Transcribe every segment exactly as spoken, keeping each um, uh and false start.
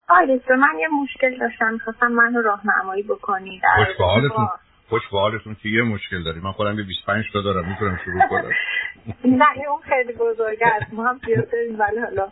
آره دکتر، من یه مشکل داشتم، می‌خواستم منو راهنمایی بکنید. خوش به حالتون. خوش به حالتون که یه مشکل داری. من خودم یه بیست و پنج تا دارم، میتونم شروع کنم. نه اون خیلی بزرگه است، ما هم زیاد داریم، ولی حالا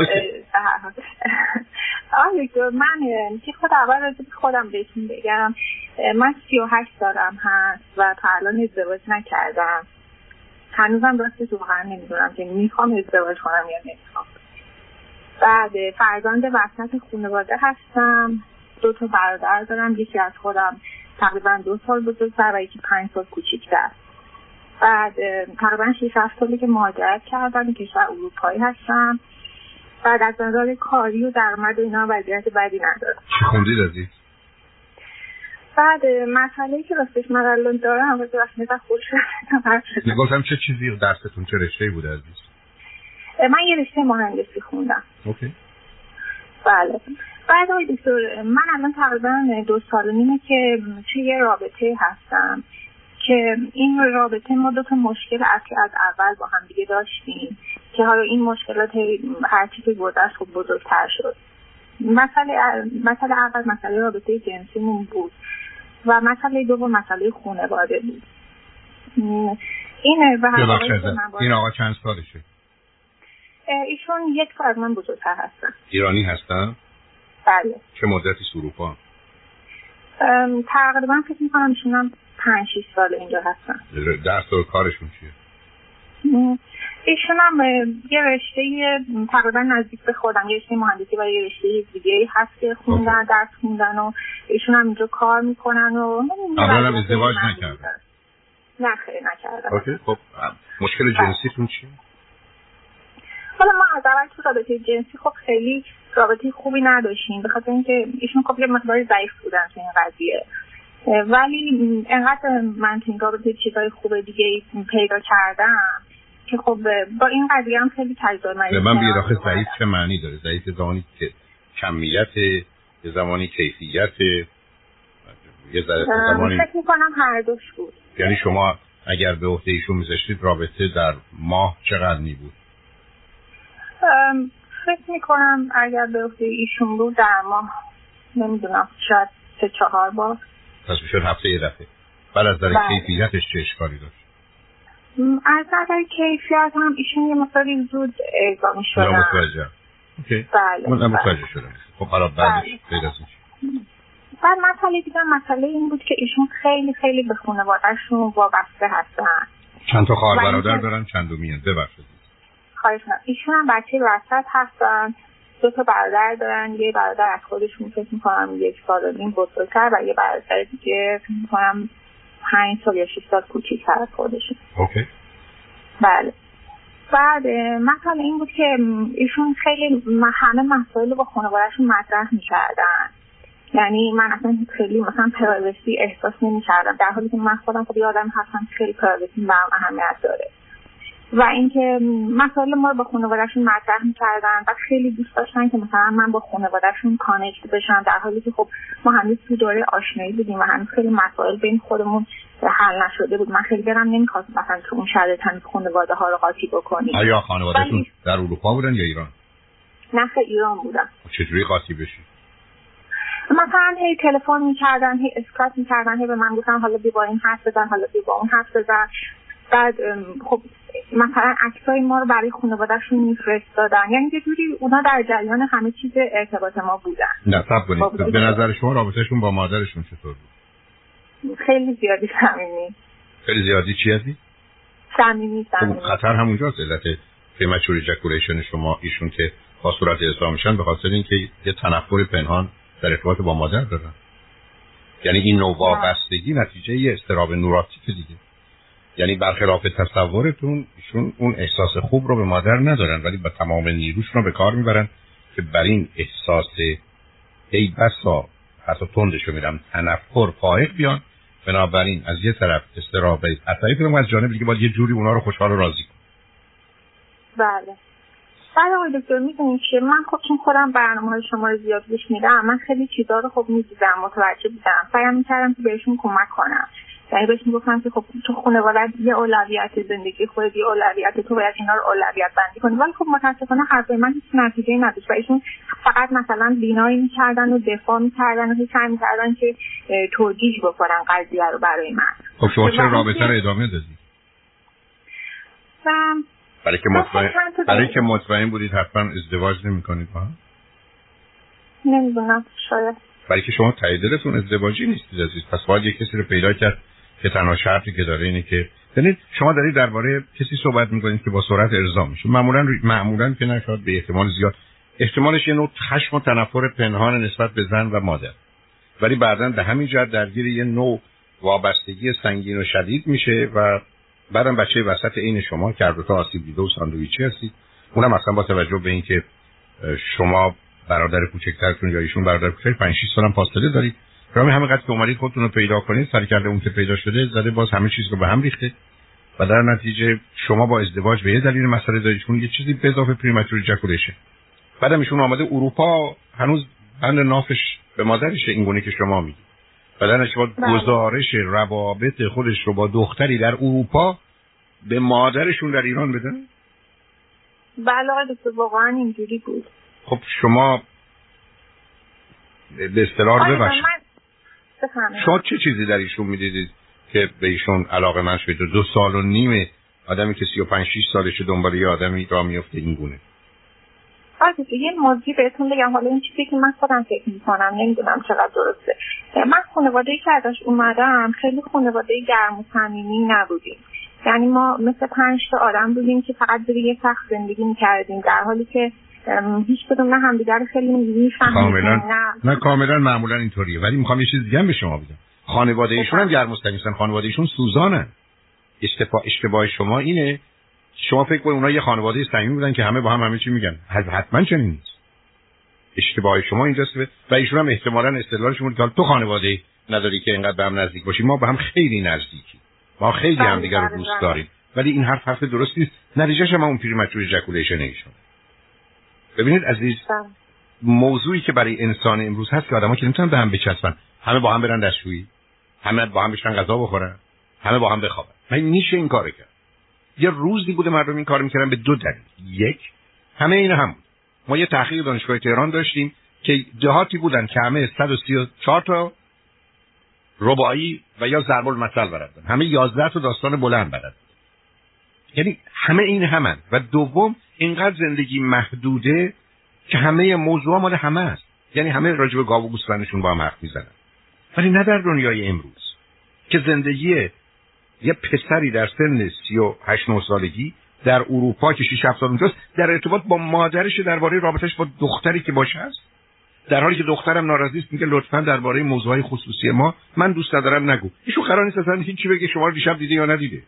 آره دکتر، من که خود اول راجع به خودم بهتون بگم، من سی و هشت سالم هست و تا الان ازدواج نکردم. هنوزم راستش واقعا نمیدونم که میخوام ازدواج کنم یا نمیخوام. بعد فرزند وسط خانواده هستم، دو تا برادر دارم، یکی از خودم تقریبا دو سال بزرگتر و یکی پنج سال کوچیک‌تر. بعد تقریبا شش هفت سالی که مهاجرت کردم، کشور اروپایی هستم. بعد از نظر کاری و درآمد و اینا وضعیت بدی ندارم. چی خوندید عزیز؟ بعد مسئله‌ای که راستش من الان دارم واسه وقتی مثلا خوش شد. نگفتم چه چیزی درستون چه رشته‌ای بوده عزیز؟ من یه رشته مهندسی خوندم. اوکی. بله. بعد آقای دکتر، من الان تقریبا دو سال و نیمه که توی یه رابطه هستم که این رابطه ما دو تا مشکل اصلی از اول با هم دیگه داشتیم که حالا این مشکلات هر چی که گذشت خب بزرگتر شد. مسئله مسئله اول مسئله رابطه جنسیمون بود و مسئله دوم مسئله خانواده بود. این به هر این آقا چند سالشه؟ ایشون یک سال از من بزرگتر هستن. ایرانی هستن؟ بله. چه مدتی اروپا؟ تقریبا فکر می‌کنم ایشون هم پنج شش سال اینجا هستن. درس و کارشون چیه؟ ایشون هم یه رشته تقریبا نزدیک به خودم، یه رشته مهندسی و یه رشته دیگه هست که خوندن، درس خوندن و ایشون هم اینجا کار میکنن و اولا هم ازدواج نکردن؟ نه خیلی نکردن. اوکی. خب مشکل جنسیتون چیه؟ حالا ما از اول تو رابطه جنسی خب خیلی رابطه خوبی نداشتیم، به خاطر اینکه ایشون خب یه مقدار ضعیف بودن تو این قضیه، ولی انقدر من تو این رابطه چیزای خوب دیگه پیدا کردم که خب با این قضیه هم خیلی تجربه من. من بگید آخه ضعیف چه معنی داره؟ ضعیف زمانی که کمیت، یه زمانی کیفیت، یه زمانی فکر می‌کنم هر دوش بود. یعنی شما اگر به عهده ایشون می‌ذاشتید رابطه در ماه چقدر می بود؟ فکر می‌کنم اگر به عهده ایشون بود در ماه نمیدونم شاید سه چهار بار. پس میشد هفته یه دفعه. بعد از نظر کیفیتش چه اشکالی داشت؟ از نظر کیفیت هم ایشون یه مقداری زود ارضا می‌شدن. من متوجه. اوکی. بله. من متوجه شدم. خب حالا بعدش پیدا شد. بعد مسئله دیگه مسئله این بود که ایشون خیلی خیلی به خانواده‌شون وابسته هستن. چند تا خواهر برادر دارن؟ چند تا میان؟ ببخشید. خواهش می‌کنم. ایشون هم بچه وسط هستن. دو تا برادر دارن، یه برادر از خودشون فکر می‌کنم یک سال و نیم بزرگتر و یه برادر دیگه فکر می‌کنم پنج سال یا شش سال کوچیک‌تر از خودشون. اوکی. بله. بعد مثلا این بود که ایشون خیلی همه مسائل با خانواده‌شون مطرح می‌کردن. یعنی من اصلا خیلی مثلا پرایوسی احساس نمی‌کردم، در حالی که من خودم خب یه آدم هستم خیلی پرایوسی برام اهمیت داره. و اینکه مسائل ما رو با خانواده‌شون مطرح می‌کردن و خیلی دوست داشتن که مثلا من با خانواده‌شون کانکت بشم، در حالی که خب ما هنوز تو دوره آشنایی بودیم و هنوز خیلی مسائل بین خودمون حل نشده بود. من خیلی دلم نمی‌خواست مثلا تو اون شرایط هنوز خانواده‌ها رو قاطی بکنیم. آیا خانواده‌شون در اروپا بودن یا ایران؟ نه خیلی ایران بودن. چجوری قاطی بشی؟ مثلا هی تلفن می‌کردن، هی اسکات می‌کردن، هی به من گفتن حالا بیا با این حرف بزن، حالا بیا با اون حرف بزن. بعد خب مثلا عکسای ما رو برای خانواده‌شون میفرستادن، یعنی یه جوری اونا در جریان همه چیز ارتباط ما بودن. نه صبر کنید، به نظر شما رابطه‌شون با مادرشون چطور بود؟ خیلی زیادی صمیمی. خیلی زیادی چی هستی؟ صمیمی صمیمی. خب خطر همونجاست، علت پریمچور ایجاکولیشن شما ایشون که با صورت اعصاب میشن به خاطر اینکه یه تنفر پنهان در ارتباط با مادر دارن. یعنی این نوع وابستگی نتیجه یه اضطراب نوراتیک دیگه. یعنی برخلاف تصورتون ایشون اون احساس خوب رو به مادر ندارن، ولی با تمام نیروشون رو به کار میبرن که بر این احساس ای بسا حتی تندش رو میرم تنفر فائق بیان. بنابراین از یه طرف اضطراب عصبی کنم و از جانب دیگه باید یه جوری اونا رو خوشحال و راضی کنم. بله. بعد آقای دکتر میدونید که من خب چون خودم برنامه‌های شما رو زیاد گوش میدم، من خیلی چیزا رو خب می‌دیدم، متوجه بودم، سعی می‌کردم که بهشون کمک کنم. یعنی بهش میگفتم که خب تو خانواده‌ات یه اولویت زندگی خودت، یه اولویت تو باید اینا رو اولویت بندی کنی. ولی خب متاسفانه حرفای من هیچ نتیجه‌ای نداشت و ایشون فقط مثلا بینایی می‌کردن و دفاع می‌کردن و هیچ کاری می‌کردن که توجیه بکنن قضیه رو برای من. خب شما چرا رابطه رو ادامه دادید؟ برای که مطمئن برای که مطمئن بودید حتما ازدواج نمی‌کنید با هم؟ نمی‌دونم، شاید برای که شما ته دلتون ازدواجی نیستید عزیز. پس باید یک کسی رو پیدا کرد که تنها شرطی که داره اینه که ببینید شما دارید درباره کسی صحبت می‌کنید که با سرعت ارضا میشه. معمولاً معمولاً که نشد به احتمال زیاد احتمالش یه نوع خشم و تنفر پنهان نسبت به زن و مادر، ولی بعداً به همین جهت درگیر یه نوع وابستگی سنگین و شدید میشه و بعدم بچه وسط عین شما که البته آسیب دیده و ساندویچی هستید، اونم اصلا با توجه به اینکه شما برادر کوچکترتون یا ایشون برادر کوچک پنج شش سالم فاصله دارید، برای همین قضیه که اومدید خودتون رو پیدا کنید، سر کرده اون که پیدا شده زده باز همه چیز رو به هم ریخته و در نتیجه شما با ازدواج به یه دلیل مسئله دارید، چون یه چیزی به اضافه پریمچور ایجاکولیشن. بعدم ایشون اومده اروپا، هنوز بند نافش به مادرش اینگونه که شما میگید. بعدن شما گزارش روابط خودش رو با دختری در اروپا به مادرشون در ایران بدن؟ بله آقای دکتر واقعا اینجوری بود. خب شما به اصطلاح ببخشید شما چه چیزی در ایشون میدیدید که به ایشون علاقه من شدید؟ دو سال و نیمه آدمی که سی و پنج شیش سالشه دنبال یه آدمی را میفته این گونه. آره یه موضوعی بهتون بگم، حالا این چیزی که من خودم فکر میکنم نمیدونم چقدر درسته. من خانواده‌ای که ازش اومدم خیلی خانواده گرم و صمیمی نبودیم. یعنی ما مثل پنج تا آدم بودیم که فقط در یه شخص زندگی میکردیم، در حالی که هیچ کدوم نه همدیگر رو خیلی میفهمیم نه نه کاملا معمولا اینطوریه. ولی میخوام یه چیز دیگه هم به شما بگم، خانواده ایشون هم گرم و صمیمی هستن، خانواده ایشون سوزانن. اشتباه اشتباه شما اینه شما فکر کنید اونها یه خانواده صمیمی بودن که همه با هم همه چی میگن، حتما چنین نیست. اشتباه شما اینجاست و ایشون هم احتمالاً استدلالشون بود که تو خانواده نداری که اینقدر به هم نزدیک باشی، ما با هم خیلی نزدیکی، ما خیلی هم دیگر رو دوست داریم. ولی این حرف حرف درست نیست. نتیجهش هم اون پریمچور ایجاکولیشن ایشون. ببینید عزیز، موضوعی که برای انسان امروز هست که آدم‌ها که نمیتونن به هم بچسبن، همه با هم برن دستشویی، همه با هم بشن غذا بخورن، همه با هم بخوابن. من میشه این کارو کرد. یه روزی بوده مردم این کارو میکردن به دو دلیل. یک، همه اینا هم بود. ما یه تحقیق دانشگاه تهران داشتیم که دهاتی بودن که همه صد و سی و چهار تا رباعی و یا ضرب المثل بلدن، همه یازده تا داستان بلند بلدن. یعنی همه این همن. و دوم، اینقدر زندگی محدوده که همه موضوعا مال همه است. یعنی همه راجع به گاو و گوسفندشون با هم حرف میزنن. ولی نه در دنیای امروز که زندگی یه پسری در سن سی و هشت نه سالگی در اروپا که شش هفت سال اونجاست در ارتباط با مادرش درباره رابطش با دختری که باشه است، در حالی که دخترم ناراضی است میگه لطفاً درباره موضوعات خصوصی ما من دوست ندارم نگو. ایشون قرار نیست اصلا هیچ چی بگه شما رو دیشب دیده یا ندیده.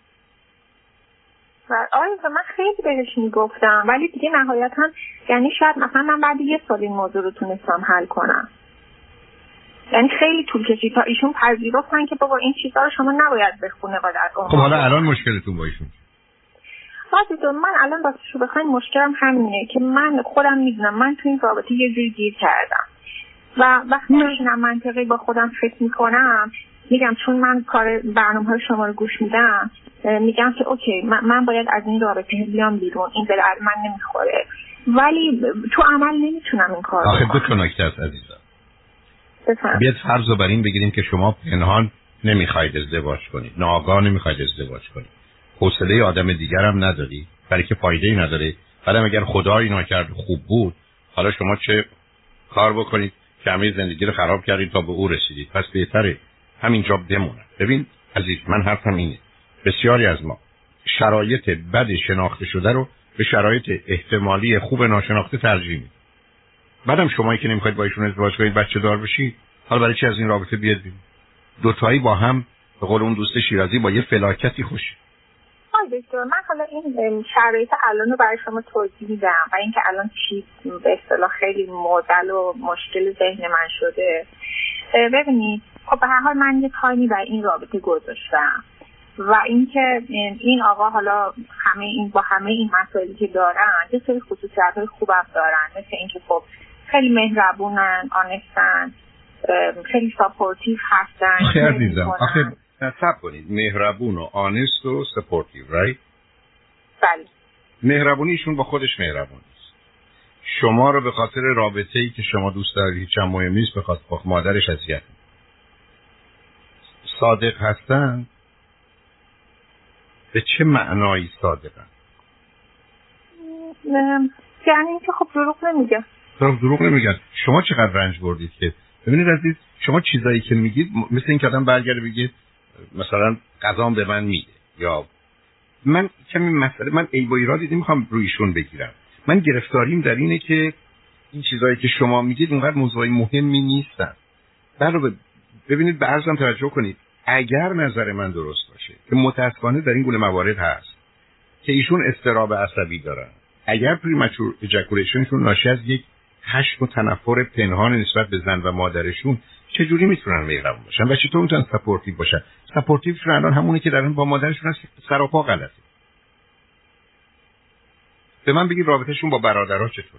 آره من خیلی بهش میگفتم ولی دیگه نهایتاً یعنی شاید مثلا من بعد یه سال این موضوع رو تونستم حل کنم. یعنی خیلی طول کشید تا ایشون پذیرفتن که بابا این چیزا رو شما نباید به خانواده اون. خب حالا الان مشکلتون با ایشون؟ واسه من الان راستش بخواید مشکلم همینه که من خودم میدونم من تو این رابطه یه جوری گیر کردم و وقتی میشینم منطقی با خودم فکر میکنم میگم چون من کار برنامه‌های شما رو گوش میدم میگم که اوکی من, من باید از این رابطه بیام بیرون، این به درد من نمیخوره، ولی تو عمل نمیتونم این کار آخه دو تا نکته است عزیزم. بیاد فرض رو بر این بگیریم که شما پنهان نمیخواید ازدواج کنید، ناآگاه نمیخواید ازدواج کنید، حوصله آدم دیگر هم نداری برای که فایده‌ای نداره. بعدم اگر خدایی نکرد خوب بود حالا شما چه کار بکنید که همه زندگی رو خراب کردید تا به او رسیدید. پس بهتره همینجا بمونید. ببین عزیز من حرفم اینه، بسیاری از ما شرایط بد شناخته شده رو به شرایط احتمالی خوب ناشناخته ترجیح میدید. بعدم شمایی که نمیخواید با ایشون ازدواج کنید بچه دار بشید، حالا برای چی از این رابطه بیاد بیرون؟ دو تایی با هم به قول اون دوست شیرازی با یه فلاکتی خوش. آی دکتر من حالا این شرایط الان رو برای شما توضیح میدم و اینکه الان چی به اصطلاح خیلی معضل و مشکل ذهن من شده. ببینید خب به هر حال من یه تایمی برای این رابطه گذاشتم و اینکه این آقا حالا همه این با همه این مسائلی که دارن یه سری خصوصیت‌های خوبم دارن، مثل اینکه خب خیلی مهربونن، آنستن، خیلی ساپورتیو هستن. آخه عزیزم آخه نصب کنید مهربون و آنست و سپورتیو، رایت؟ بله. مهربونیشون با خودش مهربون است. شما رو به خاطر رابطه‌ای که شما دوست دارید هیچ هم مهم نیست، به خاطر مادرش اذیت. صادق هستن. به چه معنایی صادقن؟ یعنی اینکه خب دروغ نمیگن. دروغ دروغ نمیگن. شما چقدر رنج بردید که ببینید عزیز، شما چیزایی که میگید مثل این که آدم برگرده بگه مثلا غذام به من میده، یا من کمی مسئله من عیب و ایرادی نمیخوام رویشون بگیرم. من گرفتاریم در اینه که این چیزایی که شما میگید اونقدر موضوعی مهمی نیستن. علاوه ببینید به عرضم توجه کنید، اگر نظر من درست باشه که متأسفانه در این گونه موارد هست که ایشون اضطراب عصبی دارن، اگر پریمچور اجاکولیشنشون ناشی از یک خشم و تنفر پنهان نسبت به زن و مادرشون، چجوری میتونن مهربون باشن و چطور میتونن سپورتیو باشن؟ سپورتیوشون الان همونه که درن با مادرشون هست، سر و پا غلطه. به من بگید رابطهشون با برادرها چطوره؟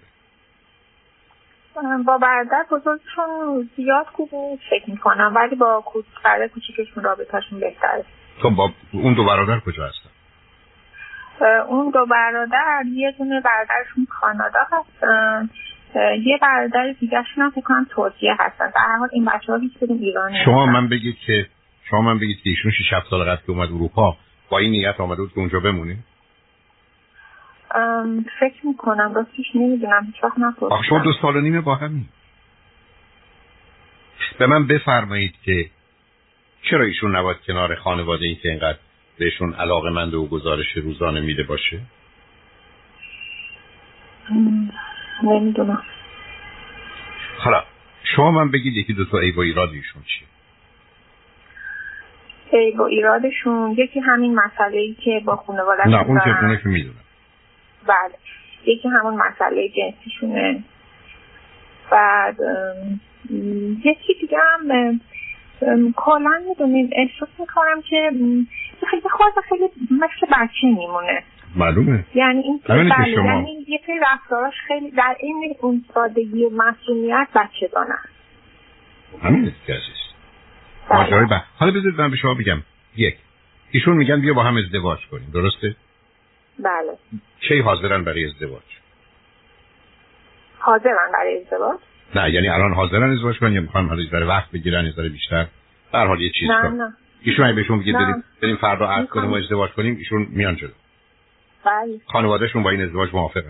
با برادر بزرگشون زیاد خوب فکر میکنم، ولی با برادر کوچیکشون رابطهشون بهتره. خب با اون دو برادر کجا هستن؟ اون دو برادر یه دونه برادرشون کانادا هستن، یه برادر دیگه‌شون هم فکر کنم ترکیه هستن. در هر حال این بچه‌ها هیچ کدوم ایران نیستن. شما من بگید که شما من بگید که ایشون شش هفت سال قبل که اومد اروپا با این نیت آمده بود که اونجا بمونه؟ فکر میکنم، راستش نمیدونم، هیچ وقت نپرسیدم. آخه شما دو سال و نیمه با همین. به من بفرمایید که چرا ایشون نباید کنار خانواده این که اینقدر بهشون علاقه‌مند و گزارش روزانه میده باشه؟ نمیدونم. حالا شما من بگید یکی دو تا عیب و ایراد ایشون چیه؟ عیب و ایرادشون یکی همین مسئله‌ای که با خانواده‌شون نه اون که اونه که میدونم. بله. یکی همون مسئله جنسیشونه. بعد یکی دیگه هم کلا میدونید احساس میکنم که خیلی خود خیلی مثل بچه میمونه. معلومه. یعنی این که بله شما... یعنی یه سری رفتاراش خیلی در این اون سادگی و معصومیت بچه دانه. همین است که عزیز. ماجرای بعد. حالا بذارید من به شما بگم. یک، ایشون میگن بیا با هم ازدواج کنیم، درسته؟ بله. کی حاضرن برای ازدواج؟ حاضرن برای ازدواج؟ نه یعنی الان حاضرن ازدواج کنن یا میخوان حالا ذره وقت بگیرن، ذره بیشتر؟ به هر حال یه چیز نه کن. نه. ایشون اگه بهشون بگید بریم بریم فردا عقد کنیم و ازدواج کنیم، ایشون میان جلو. بله. خانواده‌شون با این ازدواج موافقن؟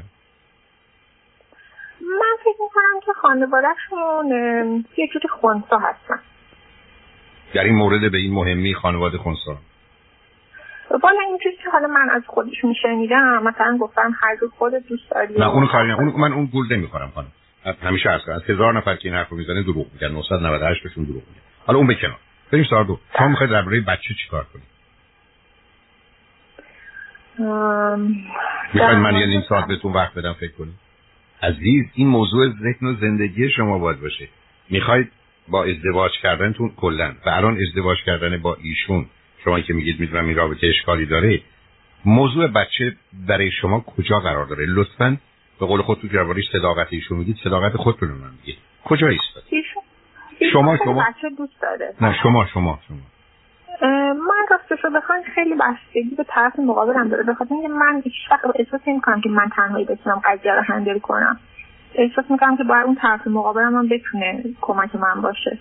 من فکر می‌کنم که خانواده‌شون یه جوری خنثی هستن. در این مورد به این مهمی خانواده خنثی؟ والا اینجوری که حالا من از خودشون شنیدم، مثلا گفتم هر جور خودت دوست داری. نه اون کاری نه، اون من اون گول نمی‌خورم خانم. همیشه عرض کردم از هزار نفر که این حرفو میزنه دروغ میگن، نهصد و نود و هشت تاشون دروغ میگن. حالا اون بکنار. بریم سوال دو. شما می‌خواید درباره بچه چیکار کنید؟ میخواید من یه نیم ساعت بهتون وقت بدم فکر کنید؟ عزیز این موضوع ذهن و زندگی شما باید باشه. میخواید با ازدواج کردنتون کلا و الان ازدواج کردن با ایشون، شما که میگید میدونم این رابطه اشکالی داره، موضوع بچه برای شما کجا قرار داره؟ لطفاً به قول خودتون درباره صداقت ایشون میگید، صداقت خودتون رو من بگید کجا ایستاد؟ شما شما بچه دوست داره. نه شما شما شما من راستش رو بخواین خیلی بستگی به طرف مقابلم داره، بخاطر اینکه من هیچ وقت احساس نمی‌کنم که من تنهایی بتونم قضیه رو هندل کنم. احساس می‌کنم که باید اون طرف مقابلم هم بتونه کمک من باشه.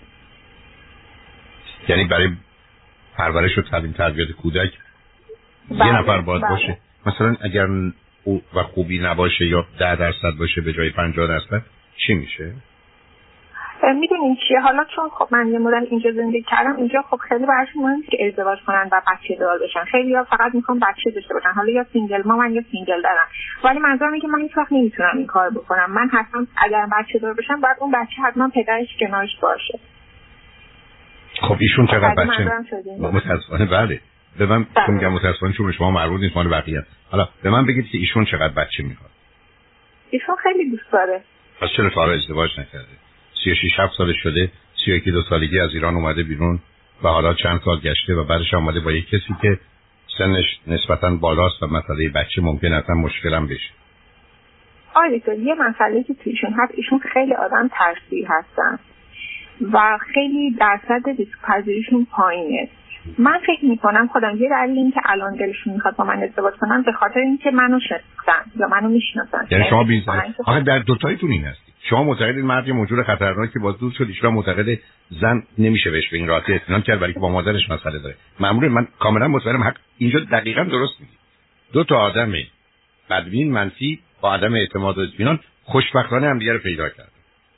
یعنی برای پرورش و تعلیم تربیت کودک بله، یه نفر باید بله. باشه. مثلا اگر او و خوبی نباشه یا ده درصد باشه به جای پنجاه درصد چی میشه؟ میدونین چیه، حالا چون خب من یه مدت اینجا زندگی کردم، اینجا خب خیلی براشون مهمه که ازدواج کنن و بچه دار بشن. خیلی‌ها فقط میخوان بچه داشته باشن، حالا یا سینگل مامن یا سینگل دارن. ولی منظورم اینه که من هیچ وقت نمیتونم این کار بکنم. من حتما اگر بچه دار بشم باید اون بچه حتما پدرش کنارش باشه. خب ایشون چقدر بچه منظورم متأسفانه بله به من چون میگم متأسفانه چون شما مربوط نیست مال بقیه. حالا به من بگید که ایشون چقدر بچه میخواد؟ ایشون خیلی دوست داره. پس چرا تا حالا ازدواج نکرده؟ سی و شش هفت سالش شده، سی و یک دو سالگی از ایران اومده بیرون و حالا چند سال گشته و بعدش اومده با یک کسی که سنش نسبتاً بالاست و مسئله بچه ممکن اصلا مشکلم بشه. آره تو یه مسئله که تویشون هست، ایشون خیلی آدم ترسی هستن و خیلی درصد ریسک پذیریشون پایینه من فکر میکنم خودم یه دلیل این که الان دلشون میخواد با من ازدواج کنن به خاطر اینکه منو شناختن یا منو میشناسن. یعنی شما بیزنس آخه در دو تایتون این هستید. شما معتقدید مرد یه موجود خطرناکی با دور شد، ایشون معتقد زن نمیشه بهش به این راحتی اطمینان کرد برای که با مادرش مسئله داره. معمولا من کاملا مطمئنم حق اینجا دقیقاً درست میگی. دو تا آدم بدبین منفی با عدم اعتماد و اطمینان خوشبختانه هم دیگه رو پیدا کردن.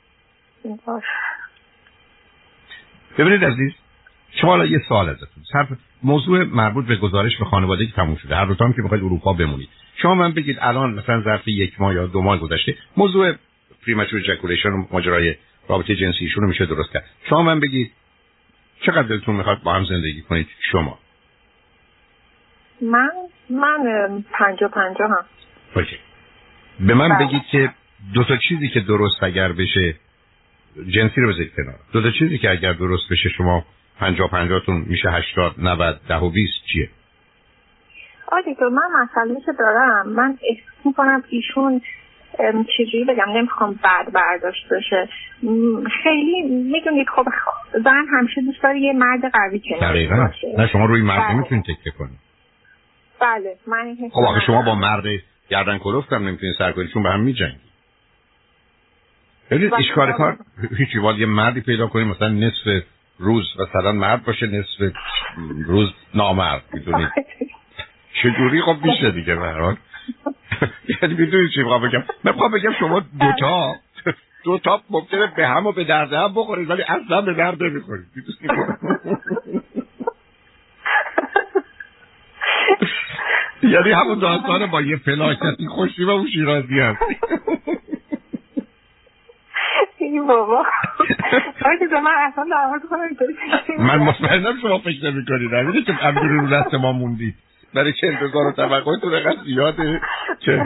ببینید عزیز، شما الان یه سوال ازتون صرف موضوع مربوط به گزارش به خانوادگی تموم شده. هر دو تا هم که بخواید اروپا بمونید، شما من بگید الان مثلا ظرف یک ماه یا دو ماه گذشته موضوع پریمچور اجاکولیشن و ماجرای رابطه جنسی ایشون رو میشه درست کرد. شما من بگید چقدر دلتون میخواد با هم زندگی کنید شما؟ من من پنجاه پنجاه هم. اوکی. به من بگید که دو تا چیزی که درست اگر بشه جنسی رو بذارید کنار. دو تا چیزی که اگر درست بشه شما پنجاه پنجاه تون میشه هشتاد نود ده و بیست چیه؟ آدی تو من مسئله که دارم، من احساس میکنم ایشون چجوری بگم، نمیخوام بد برداشت بشه، خیلی میدونید خب زن همیشه دوست داره یه مرد قوی کنارش باشه. نه شما روی مرد نمیتونید تکیه کنید. بله من این خب آخه شما با مرد گردن کلفت هم نمیتونید سر کنید چون به هم میجنگید. ببینید اشکال کار هیچی، باید یه مردی پیدا کنید مثلا نصف روز مثلا مرد باشه نصف روز نامرد، میدونید چجوری؟ خب میشه دیگه به هر حال. یعنی میدونید چی میخوام بگم؟ من میخوام بگم شما دوتا دوتا ممکنه به هم و به درد هم بخورید ولی اصلا به درد نمیخورید. یعنی همون داستان با یه فلاکتی خوشی و اون شیرازی هست. ای بابا آره من اصلا دعوت کنم. من مطمئنم شما فکر نمی کنید نمیده که همجوری رو دست ما موندید برای که انتظار و توقعتون اقدر زیاده که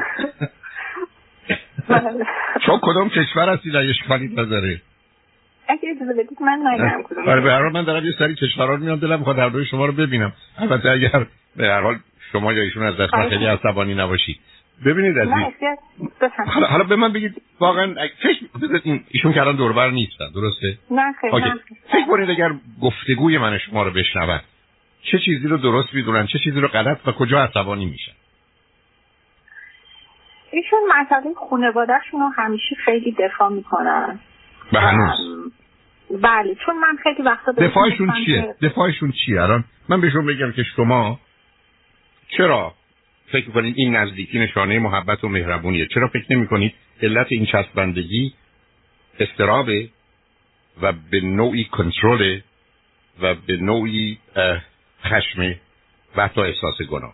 شما کدام کشور هستید اگه اشکالی نداره؟ اگه اجازه بدید من نگم کدوم. آره به هر حال من دارم یه سری کشورها رو میام دلم میخواد هر دوی شما رو ببینم. البته اگر به هر حال شما یا ایشون از دست من خیلی عصبانی نباشید. ببینید عزیز حالا حالا به من بگید واقعا فکر ایشون که الان دور بر نیستن درسته؟ نه خیلی نه. فکر کنید اگر گفتگوی من شما رو بشنون چه چیزی رو درست میدونن چه چیزی رو غلط و کجا عصبانی میشن؟ ایشون مسئله خانواده‌شون رو همیشه خیلی دفاع میکنن. به هنوز؟ بله چون من خیلی وقتا دفاعشون چیه؟ دفاعشون چیه؟ الان من بهشون بگم که شما چرا فکر می‌کنید این نزدیکی نشانه محبت و مهربونیه؟ چرا فکر نمی‌کنید علت این چسبندگی استرابه و به نوعی کنترل و به نوعی خشم و حتی احساس گناه؟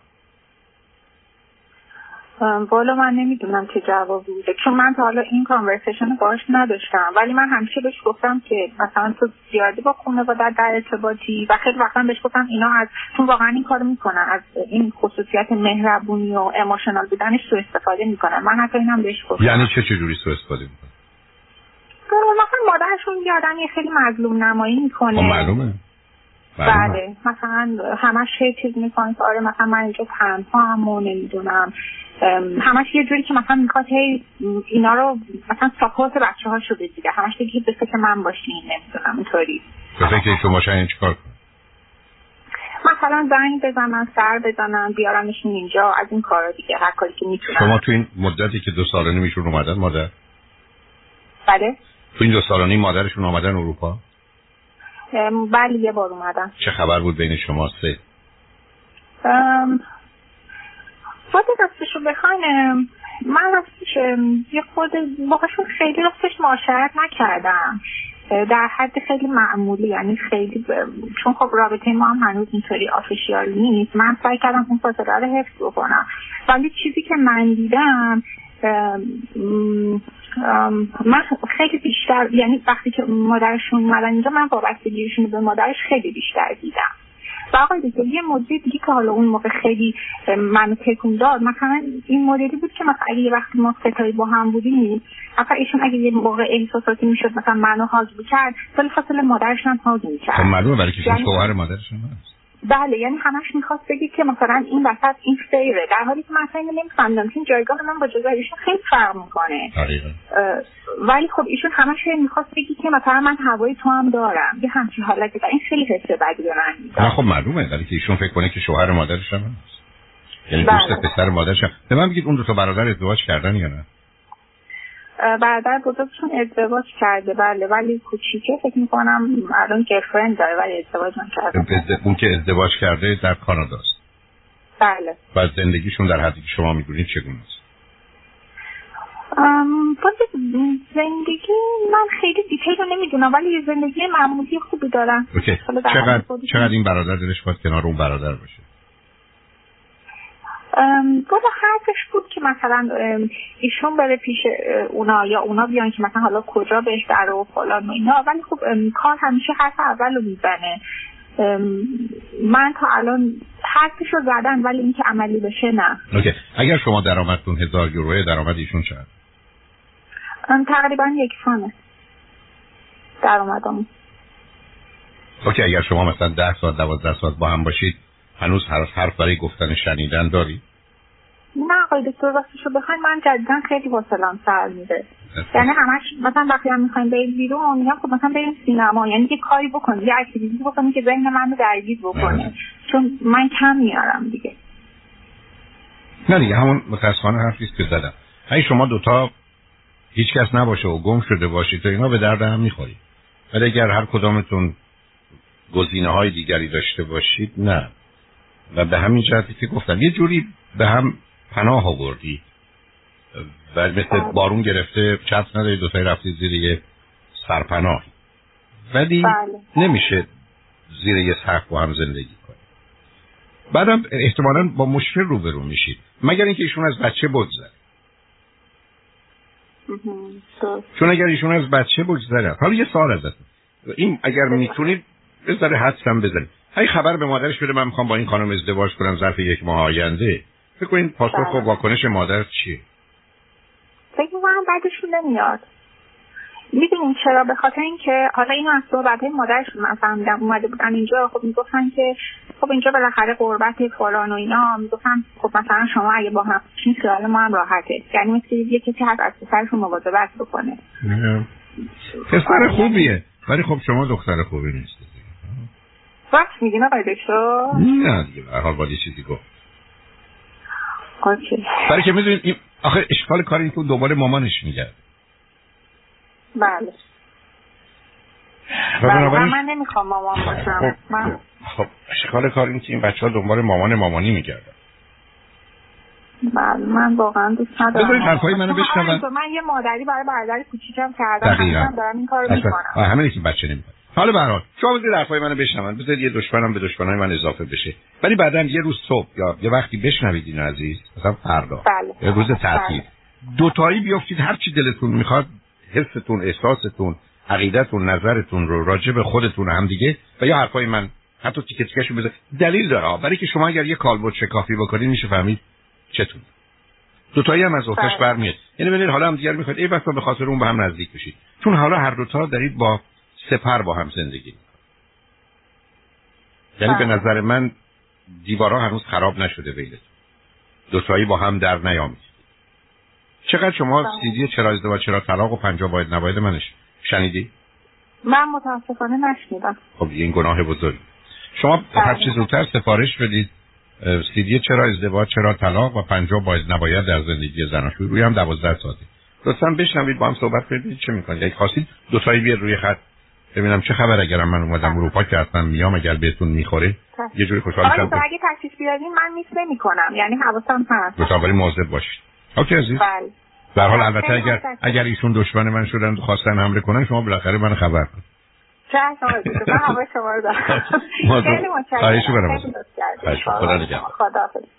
والا من نمیدونم چه جوابی بوده چون من تا حالا این کانورسیشن باهاش نداشتم، ولی من همیشه بهش گفتم که مثلا تو زیادی با خانواده در ارتباطی و خیلی وقتا بهش گفتم اینا از چون واقعا این کارو میکنن، از این خصوصیت مهربونی و ایموشنال بودنش سوء استفاده میکنن. من حتی اینم بهش گفتم. یعنی چه جوری سوء استفاده میکنن؟ مثلا مادرشون یه آدمی خیلی مظلوم نمایی میکنه. معلومه. بله مثلا همش یه چیز میکنه که آره مثلا من اینجا تنها هم و نمیدونم همش یه جوری که مثلا میخواد هی اینا رو مثلا ساپورت بچه هاشو بگیره، همش دیگه به فکر من باشین نمیدونم اینطوری به فکر شما باشن این چیکار کنن؟ مثلا زنگ بزنن سر بزنن بیارنشون اینجا از این کارا دیگه هر کاری که میتونن. شما تو این مدتی که دو سال و نیم ایشون اومدن مادر؟ بله تو این دو سال و نیم مادرشون اومدن اروپا؟ بله یه بار اومدن. چه خبر بود بین شما سه؟ ام خود راستشو بخواین من راستش یه خود باهاشون خیلی راستش معاشرت نکردم در حد خیلی معمولی، یعنی خیلی ب... چون خب رابطه ما هم هنوز اینطوری آفیشیال نیست من سعی کردم اون فاصله رو حفظ بکنم، ولی چیزی که من دیدم ام... ام... من خیلی بیشتر یعنی وقتی که مادرشون اومدن اینجا من وابستگیشون به مادرش خیلی بیشتر دیدم و آقای دیگه یه مدلی دیگه که حالا اون موقع خیلی منو تکون داد مثلا این مدلی بود که مثلا اگه یه وقتی ما ستایی با هم بودیم مثلا ایشون اگه یه موقع احساساتی میشد مثلا منو حاج میکرد ولی فاصله مادرش هم حاج میکرد. خب معلومه برای که شما شوهر مادرشون هست. بله، یعنی همش میخواست بگی که مثلا این وسط این فیره، در حالی که مثلا اینو نمیفهمیدم این جایگاه من با جایگاه ایشون خیلی فرق میکنه. ولی خب ایشون همش میخواست بگی که مثلا من هوای تو هم دارم، یه همچین حالتی، این خیلی حسه بدی به من میده. نه خب معلومه، ولی که ایشون فکر کنه که شوهر مادرش هم هست، یعنی دوست پسر مادرش هم. به من بگید اون دو تا برادر ازدواج کردن یا نه؟ برادر بزرگشون ازدواج کرده بله، ولی کوچیکه فکر میکنم الان گرفرند داره ولی ازدواج نکرده. اون که ازدواج کرده در کانادا است. بله. و زندگیشون در حدی که شما میدونید چگونه است؟ ام زندگی من خیلی دیتیل رو نمیدونم ولی زندگی معمولی خوبی دارن. اوکی. چقدر چقدر این برادر دلش خواست کنار اون برادر باشه؟ بالا حرفش بود که مثلا ایشون بره پیش اونا یا اونا بیان که مثلا حالا کجا بهتره و فلان و اینا، ولی خب کار همیشه حرف اول رو میزنه. من تا الان حرفش رو زدن ولی اینکه عملی بشه نه. اوکی. اگر شما درآمدتون هزار یوروه، درآمد ایشون چقدر؟ تقریبا یکسانه درآمدم. اوکی. اگر شما مثلا ده ساعت دوازده ساعت با هم باشید هنوز حرف حرف برای گفتن شنیدن داری؟ نه آقای دکتر، وقتشو بخواین من جدیدن خیلی حوصله‌ام سر میره. یعنی همش مثلا وقتی هم میخوایم بریم بیرون میگم خب مثلا بریم سینما، یعنی یه کاری بکن، یه اکتیویتی بکنی که ذهن منو درگیر بکنه، چون من کم میارم دیگه. نه دیگه همون متأسفانه حرفی است که زدم. اگه شما دوتا هیچ کس نباشه و گم شده باشید تو اینا به درد هم میخورید. ولی اگر هر کدامتون گزینه‌های دیگری داشته باشید نه. و به همین جهتی که گفتم یه جوری به هم پناه آوردی و مثل بارون گرفته چتر نداری دوتایی رفتی زیر یه سرپناه، ولی بله. نمیشه زیر یه سقف با هم زندگی کنید. بعدم احتمالاً با مشکل روبرو میشید مگر اینکه ایشون از بچه بگذره. چون اگر ایشون از بچه بگذره، حالا یه سوال ازتون، این اگر میتونید بذاره حدسم بزنید، هی خبر به مادرش بده من میخوام با این خانم ازدواج کنم ظرف یک ماه آینده، فکر کنید پاسخ و واکنش مادر چیه؟ فکر می‌کنم بعدشون نمیاد. میدونین چرا؟ به خاطر اینکه حالا اینو از صحبت‌های مادرشون من فهمیدم، اومده بودن اینجا خب میگفتن که خب اینجا بالاخره قربت فلان و اینا، میگفتن خب مثلا شما اگه با هم باشین خیال ما هم راحته، یعنی مثل یه کسی هست از پسرشون مواظبت بکنه. پسر خوبیه ولی خب شما دختر خوبی نیستید. وقت میگین آقای دکتر؟ نه دیگه به هر حال باید چیزی گفت. اوکی. برای که میدونید این آخه اشکال کار این که دوباره مامانش میگرد. بله. بله من نمیخوام مامان باشم. من خب اشکال کار این که این بچه‌ها دنبال مامان مامانی میگردن. بله من واقعا دوست ندارم. بذارید حرفای منو بشنون. من یه مادری برای برادر کوچیکم کردم، من دارم این کارو میکنم. همین که بچه نمیکنه. حالا به هر حال شما بذارید حرفای منو بشنون، بذارید یه دشمنم به دشمنای من اضافه بشه، ولی بعداً یه روز صبح یا یه وقتی بشنوید اینو عزیز، مثلا فردا بله. یه روز تعطیل دو تایی بیافتید هر چی دلتون میخواد، حستون، احساستون، عقیدتون، نظرتون رو راجع به خودتون هم دیگه و یا حرفای من حتی تیکه تیکه‌شو بذارید. دلیل داره برای که شما اگر یه کالبد شکافی بکنید میشه فهمید چتون. دو تایی هم از اوتش برمیاد. یعنی ببینید حالا هم دیگه میخواد ای بسا به خاطر اون به هم نزدیک بشید، چون حالا هر دو تا دارید با سپر با هم زندگی. یعنی به نظر من دیوارا هنوز خراب نشده بینتون. دو تایی با هم در نیامید. چقدر شما سیدی چرا ازدواج چرا طلاق و پنجاه باید نباید منش شنیدی؟ من متاسفانه نشنیدم. خب این گناه بزرگی. شما هر چه زودتر سفارش بدید سیدی چرا ازدواج چرا طلاق و پنجاه باید نباید در زندگی زناشویی، روی هم دوازده ساعته. لطفاً بشنوید با هم صحبت کنید چه می‌کنید. اگه خواستید دو تایی بیاد روی خط ببینم چه خبر، اگرم من اومدم اروپا که اصلا میام اگر بهتون میخوره یه جوری خوشحال شم. آره اگه تشریف بیارین من میس نمی‌کنم، یعنی حواسم هست. لطفاً ولی مواظب باشید. اوکی عزیز. بله. به هر حال البته اگر اگر ایشون دشمن من شدن و خواستن حمله کنن شما بالاخره من خبر کن. چه شما من هوا شما رو دارم. خیلی متشکرم. خواهش می‌کنم. خدا نگهدار. خداحافظ.